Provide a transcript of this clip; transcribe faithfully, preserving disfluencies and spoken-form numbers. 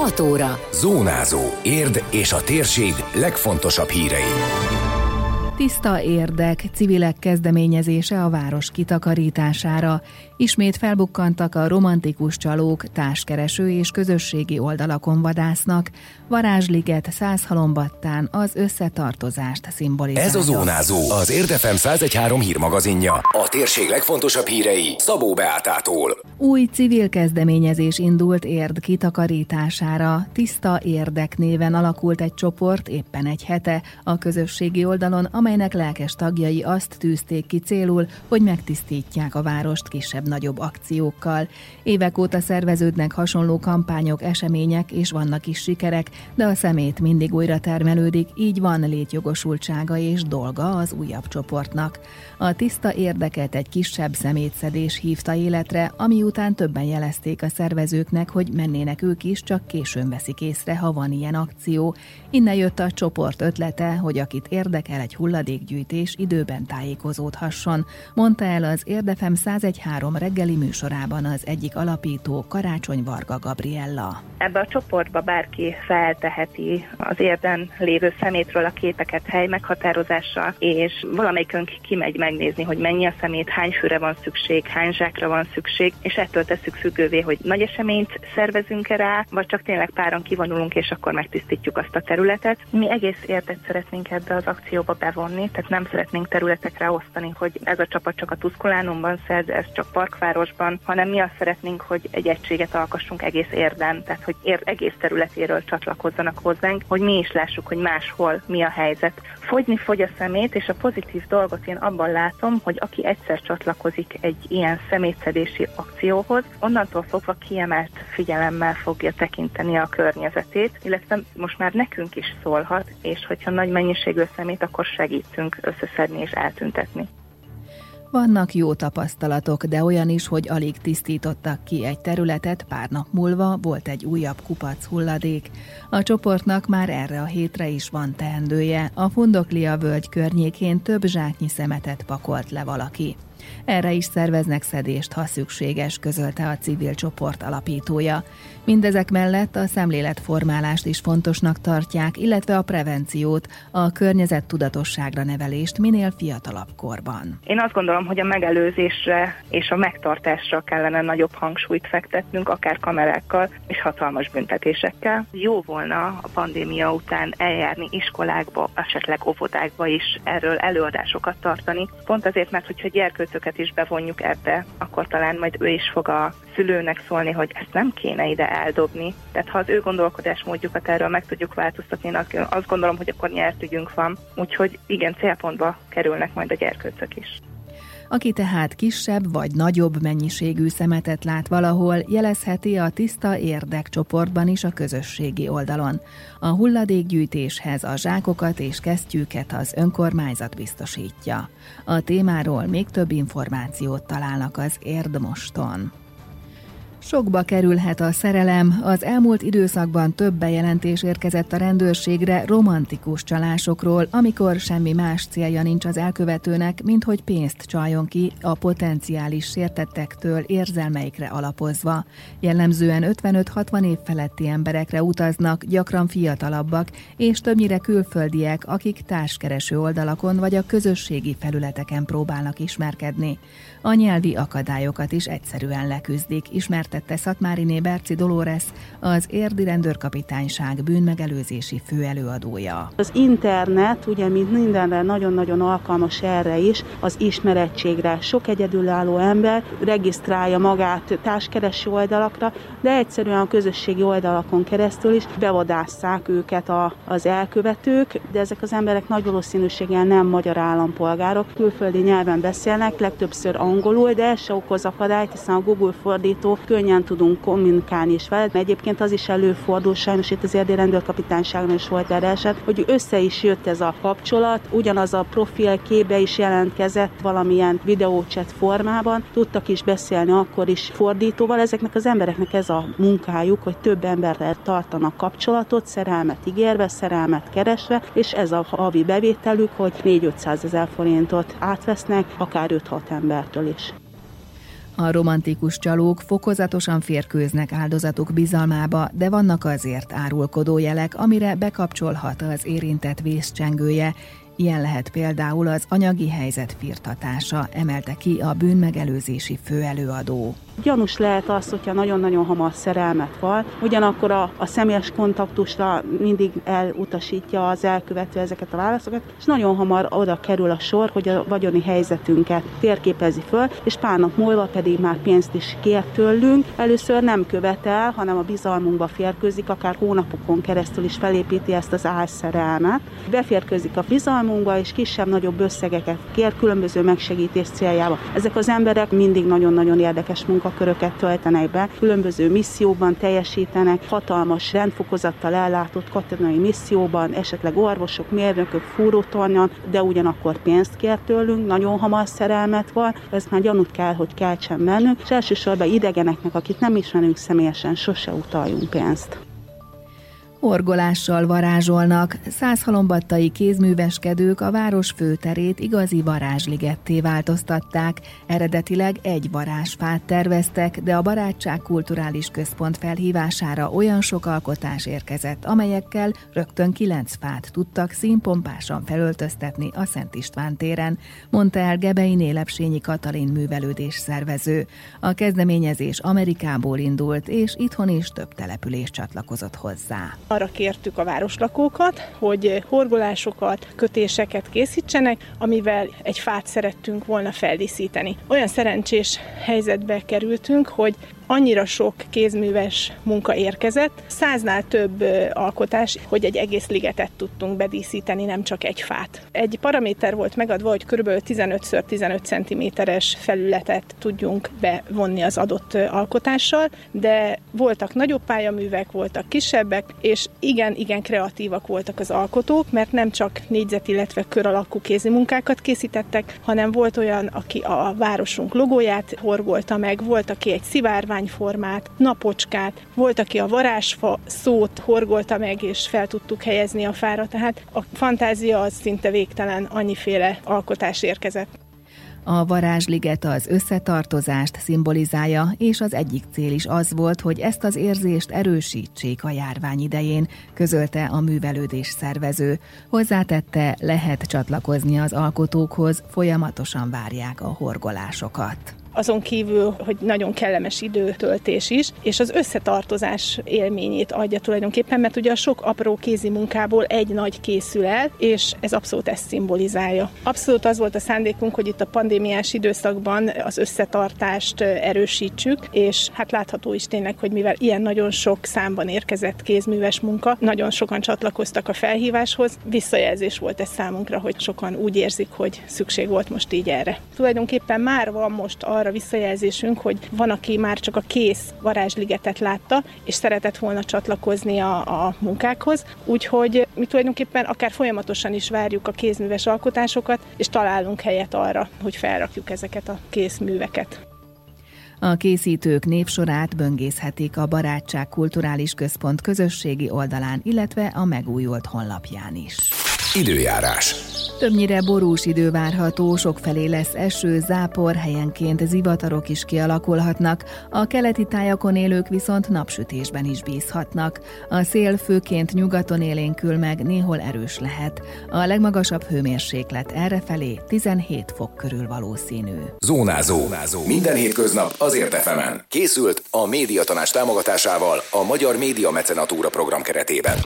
hat óra. Zónázó. Érd és a térség legfontosabb hírei. Tiszta érdek, civilek kezdeményezése a város kitakarítására. Ismét felbukkantak a romantikus csalók, társkereső és közösségi oldalakon vadásznak. Varázsliget Százhalombattán az összetartozást szimbolizálja. Ez a Zónázó, az Érd ef em száz egy pont három hírmagazinja. A térség legfontosabb hírei Szabó Beátától. Új civil kezdeményezés indult Érd kitakarítására. Tiszta érdek néven alakult egy csoport éppen egy hete a közösségi oldalon, amelynek lelkes tagjai azt tűzték ki célul, hogy megtisztítják a várost kisebb-nagyobb akciókkal. Évek óta szerveződnek hasonló kampányok, események, és vannak is sikerek, de a szemét mindig újra termelődik, így van létjogosultsága és dolga az újabb csoportnak. A tiszta érdeket egy kisebb szemétszedés hívta életre, ami után többen jelezték a szervezőknek, hogy mennének ők is, csak későn veszik észre, ha van ilyen akció. Innen jött a csoport ötlete, hogy akit érdekel egy hulladékgyűjtés, időben tájékozódhasson, mondta el az Érd ef em száz egy pont három reggeli műsorában az egyik alapító, Karácsony Varga Gabriella. Ebbe a csoportba bárki felteheti az Érden lévő szemétről a képeket hely meghatározással, és valamelyikünk kimegy megnézni, hogy mennyi a szemét, hány főre van szükség, hány zsákra van szükség, és ettől tesszük függővé, hogy nagy eseményt szervezünk-e rá, vagy csak tényleg páran kivonulunk, és akkor megtisztítjuk azt a területet. Mi egész Érdet szeretnénk ebbe az akcióba bevonni, tehát nem szeretnénk területekre osztani, hogy ez a csapat csak a Tusculánumban szerz, ez csak Parkvárosban, hanem mi azt szeretnénk, hogy egy egységet alkossunk egész Érden, tehát hogy Érd egész területéről csatlakozzanak hozzánk, hogy mi is lássuk, hogy máshol mi a helyzet. Fogyni fogy a szemét, és a pozitív dolgot én abban látom, hogy aki egyszer csatlakozik egy ilyen szemétszedési akcióhoz, onnantól fogva kiemelt figyelemmel fogja tekinteni a környezetét, illetve most már nekünk is szólhat, és hogyha nagy mennyiségű szemét, akkor segítünk összeszedni és eltüntetni. Vannak jó tapasztalatok, de olyan is, hogy alig tisztítottak ki egy területet, pár nap múlva volt egy újabb kupac hulladék. A csoportnak már erre a hétre is van teendője. A Fundoklia völgy környékén több zsáknyi szemetet pakolt le valaki. Erre is szerveznek szedést, ha szükséges, közölte a civil csoport alapítója. Mindezek mellett a szemléletformálást is fontosnak tartják, illetve a prevenciót, a környezettudatosságra nevelést minél fiatalabb korban. Én azt gondolom, hogy a megelőzésre és a megtartásra kellene nagyobb hangsúlyt fektetnünk, akár kamerákkal és hatalmas büntetésekkel. Jó volna a pandémia után eljárni iskolákba, esetleg óvodákba is erről előadásokat tartani. Pont azért, mert hogyha gyerkőcöket is bevonjuk ebbe, akkor talán majd ő is fog a szülőnek szólni, hogy ezt nem kéne ide eldobni. Tehát ha az ő gondolkodásmódjukat erről meg tudjuk változtatni, én azt gondolom, hogy akkor nyert ügyünk van. Úgyhogy igen, célpontba kerülnek majd a gyerkőcök is. Aki tehát kisebb vagy nagyobb mennyiségű szemetet lát valahol, jelezheti a Tiszta Érdek csoportban is a közösségi oldalon. A hulladékgyűjtéshez a zsákokat és kesztyűket az önkormányzat biztosítja. A témáról még több információt találnak az Érd Moston. Sokba kerülhet a szerelem. Az elmúlt időszakban több bejelentés érkezett a rendőrségre romantikus csalásokról, amikor semmi más célja nincs az elkövetőnek, mint hogy pénzt csaljon ki a potenciális sértettektől érzelmeikre alapozva. Jellemzően ötvenöt-hatvan év feletti emberekre utaznak, gyakran fiatalabbak, és többnyire külföldiek, akik társkereső oldalakon vagy a közösségi felületeken próbálnak ismerkedni. A nyelvi akadályokat is egyszerűen leküzdik, ismertette Szatmáriné Berci Dolores, az érdi rendőrkapitányság bűnmegelőzési főelőadója. Az internet, ugye, mint mindenre nagyon-nagyon alkalmas erre is, az ismerettségre. Sok egyedülálló ember regisztrálja magát társkereső oldalakra, de egyszerűen a közösségi oldalakon keresztül is bevadásszák őket a, az elkövetők, de ezek az emberek nagy valószínűséggel nem magyar állampolgárok, külföldi nyelven beszélnek, legtöbbször angolul, de ez se okoz akadályt, hiszen a Google fordító könnyen tudunk kommunikálni is veled. Egyébként az is előfordul, sajnos itt az érdi rendőrkapitányságon is volt erre eset, hogy össze is jött ez a kapcsolat, ugyanaz a profil képbe is jelentkezett valamilyen videóchat formában, tudtak is beszélni akkor is fordítóval. Ezeknek az embereknek ez a munkájuk, hogy több emberrel tartanak kapcsolatot, szerelmet ígérve, szerelmet keresve, és ez a havi bevételük, hogy négy-ötszázezer forintot átvesznek, akár öt-hat embertől is. A romantikus csalók fokozatosan férkőznek áldozatuk bizalmába, de vannak azért árulkodó jelek, amire bekapcsolhat az érintett vészcsengője. Ilyen lehet például az anyagi helyzet firtatása, emelte ki a bűnmegelőzési főelőadó. Gyanús lehet az, hogyha nagyon-nagyon hamar szerelmet van, ugyanakkor a, a személyes kontaktusra mindig elutasítja az elkövető ezeket a válaszokat, és nagyon hamar oda kerül a sor, hogy a vagyoni helyzetünket térképezi föl, és pár nap múlva pedig már pénzt is kér tőlünk. Először nem követel, hanem a bizalmunkba férkőzik, akár hónapokon keresztül is felépíti ezt az álszerelmet. Beférkőzik a bizalmunkba, és kisebb-nagyobb összegeket kér különböző megsegítés céljába. Ezek az emberek mindig nagyon-nagyon érdekes munkaköröket töltenek be, különböző misszióban teljesítenek, hatalmas rendfokozattal ellátott katonai misszióban, esetleg orvosok, mérnökök, fúrótornyon, de ugyanakkor pénzt kér tőlünk, nagyon hamar szerelmet van, ez már gyanút kell, hogy keltsen bennünk, és elsősorban idegeneknek, akit nem ismerünk személyesen, sose utaljunk pénzt. Horgolással varázsolnak. Százhalombattai kézműveskedők a város főterét igazi varázsligetté változtatták. Eredetileg egy varázsfát terveztek, de a Barátság Kulturális Központ felhívására olyan sok alkotás érkezett, amelyekkel rögtön kilenc fát tudtak színpompásan felöltöztetni a Szent István téren, mondta el Gebei Lepsényi Katalin művelődés szervező. A kezdeményezés Amerikából indult, és itthon is több település csatlakozott hozzá. Arra kértük a városlakókat, hogy horgolásokat, kötéseket készítsenek, amivel egy fát szerettünk volna feldíszíteni. Olyan szerencsés helyzetbe kerültünk, hogy annyira sok kézműves munka érkezett, száznál több alkotás, hogy egy egész ligetet tudtunk bedíszíteni, nem csak egy fát. Egy paraméter volt megadva, hogy kb. tizenöt szor tizenöt centiméteres felületet tudjunk bevonni az adott alkotással, de voltak nagyobb pályaművek, voltak kisebbek, és igen-igen kreatívak voltak az alkotók, mert nem csak négyzet, illetve kör alakú kézi munkákat készítettek, hanem volt olyan, aki a városunk logóját horgolta meg, volt, aki egy szivárványformát, napocskát, volt, aki a varázsfa szót horgolta meg, és fel tudtuk helyezni a fára, tehát a fantázia az szinte végtelen, annyiféle alkotás érkezett. A varázsliget az összetartozást szimbolizálja, és az egyik cél is az volt, hogy ezt az érzést erősítsék a járvány idején, közölte a művelődés szervező. Hozzátette, lehet csatlakozni az alkotókhoz, folyamatosan várják a horgolásokat. Azon kívül, hogy nagyon kellemes időtöltés is, és az összetartozás élményét adja tulajdonképpen, mert ugye a sok apró kézi munkából egy nagy készül el, és ez abszolút ezt szimbolizálja. Abszolút az volt a szándékunk, hogy itt a pandémiás időszakban az összetartást erősítsük, és hát látható is tényleg, hogy mivel ilyen nagyon sok számban érkezett kézműves munka, nagyon sokan csatlakoztak a felhíváshoz, visszajelzés volt ez számunkra, hogy sokan úgy érzik, hogy szükség volt most így erre. Tulajdonképpen már van most arra a visszajelzésünk, hogy van, aki már csak a kész varázsligetet látta, és szeretett volna csatlakozni a, a munkákhoz, úgyhogy mi tulajdonképpen akár folyamatosan is várjuk a kézműves alkotásokat, és találunk helyet arra, hogy felrakjuk ezeket a készműveket. A készítők névsorát böngészhetik a Barátság Kulturális Központ közösségi oldalán, illetve a megújult honlapján is. Időjárás. Többnyire borús idő várható, sokfelé lesz eső, zápor, helyenként zivatarok is kialakulhatnak, a keleti tájakon élők viszont napsütésben is bízhatnak. A szél főként nyugaton élénkül meg, néhol erős lehet. A legmagasabb hőmérséklet errefelé tizenhét fok körül valószínű. Zónázó. Zónázó. Minden hétköznap azért ef emen. Készült a Médiatanács támogatásával a Magyar Média Mecenatúra program keretében.